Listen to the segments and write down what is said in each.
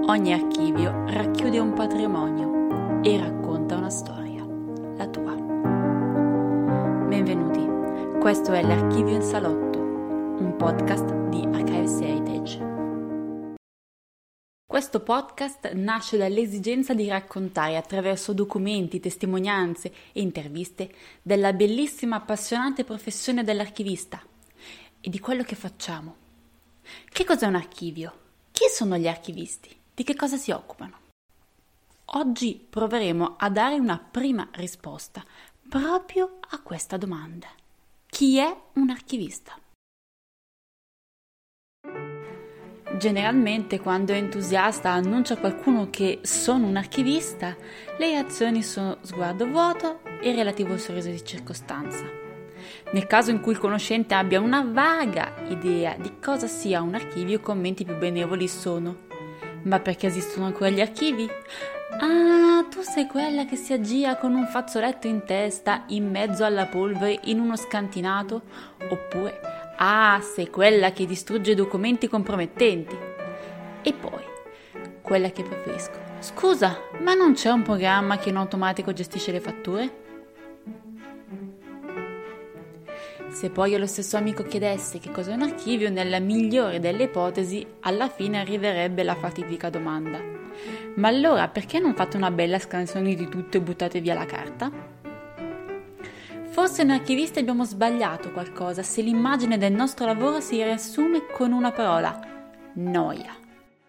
Ogni archivio racchiude un patrimonio e racconta una storia, la tua. Benvenuti, questo è l'Archivio in Salotto, un podcast di Archives Heritage. Questo podcast nasce dall'esigenza di raccontare attraverso documenti, testimonianze e interviste della bellissima, appassionante professione dell'archivista e di quello che facciamo. Che cos'è un archivio? Chi sono gli archivisti? Di che cosa si occupano? Oggi proveremo a dare una prima risposta proprio a questa domanda. Chi è un archivista? Generalmente quando entusiasta annuncia a qualcuno che sono un archivista, le reazioni sono sguardo vuoto e relativo sorriso di circostanza. Nel caso in cui il conoscente abbia una vaga idea di cosa sia un archivio, i commenti più benevoli sono: ma perché esistono ancora gli archivi? Ah, tu sei quella che si aggira con un fazzoletto in testa in mezzo alla polvere in uno scantinato? Oppure: ah, sei quella che distrugge documenti compromettenti. E poi, quella che preferisco: scusa, ma non c'è un programma che in automatico gestisce le fatture? Se poi allo stesso amico chiedesse che cos'è un archivio, nella migliore delle ipotesi, alla fine arriverebbe la fatidica domanda: ma allora perché non fate una bella scansione di tutto e buttate via la carta? Forse noi archivisti abbiamo sbagliato qualcosa se l'immagine del nostro lavoro si riassume con una parola: noia.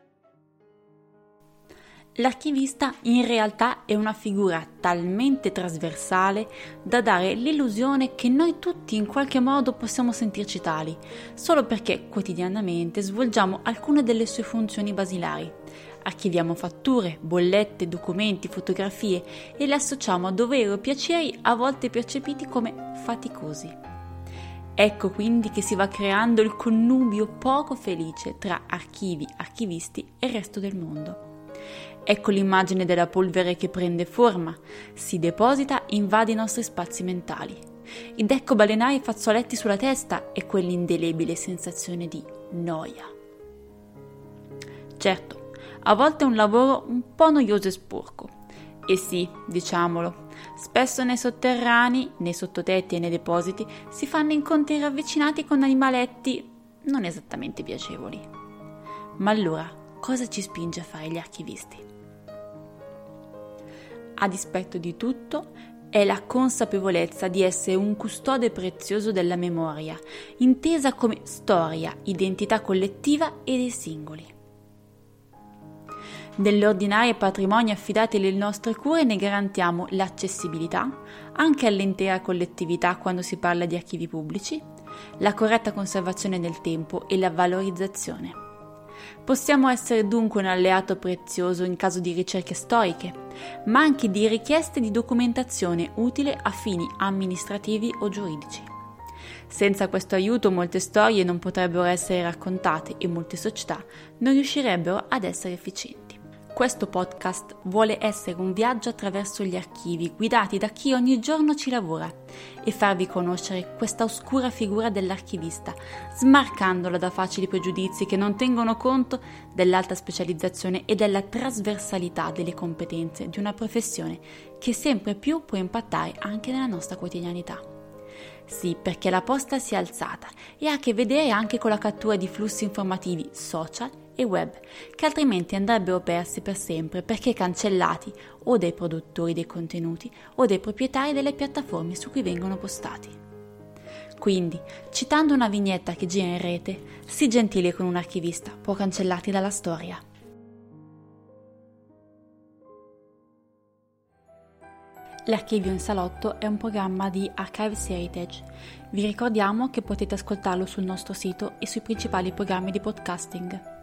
L'archivista in realtà è una figura talmente trasversale da dare l'illusione che noi tutti in qualche modo possiamo sentirci tali, solo perché quotidianamente svolgiamo alcune delle sue funzioni basilari. Archiviamo fatture, bollette, documenti, fotografie e le associamo a doveri o piaceri a volte percepiti come faticosi. Ecco quindi che si va creando il connubio poco felice tra archivi, archivisti e il resto del mondo. Ecco l'immagine della polvere che prende forma, si deposita e invade i nostri spazi mentali. Ed ecco balenare i fazzoletti sulla testa e quell'indelebile sensazione di noia. Certo, a volte è un lavoro un po' noioso e sporco. E sì, diciamolo, spesso nei sotterranei, nei sottotetti e nei depositi si fanno incontri ravvicinati con animaletti non esattamente piacevoli. Ma allora, cosa ci spinge a fare gli archivisti? A dispetto di tutto, è la consapevolezza di essere un custode prezioso della memoria, intesa come storia, identità collettiva e dei singoli. Delle ordinarie patrimoni affidati alle nostre cure ne garantiamo l'accessibilità anche all'intera collettività quando si parla di archivi pubblici, la corretta conservazione nel tempo e la valorizzazione. Possiamo essere dunque un alleato prezioso in caso di ricerche storiche, ma anche di richieste di documentazione utile a fini amministrativi o giuridici. Senza questo aiuto molte storie non potrebbero essere raccontate e molte società non riuscirebbero ad essere efficienti. Questo podcast vuole essere un viaggio attraverso gli archivi guidati da chi ogni giorno ci lavora e farvi conoscere questa oscura figura dell'archivista, smarcandola da facili pregiudizi che non tengono conto dell'alta specializzazione e della trasversalità delle competenze di una professione che sempre più può impattare anche nella nostra quotidianità. Sì, perché la posta si è alzata e ha a che vedere anche con la cattura di flussi informativi social e web, che altrimenti andrebbero persi per sempre perché cancellati o dai produttori dei contenuti o dai proprietari delle piattaforme su cui vengono postati. Quindi, citando una vignetta che gira in rete, sii gentile con un archivista, può cancellarti dalla storia. L'Archivio in Salotto è un programma di Archives Heritage. Vi ricordiamo che potete ascoltarlo sul nostro sito e sui principali programmi di podcasting.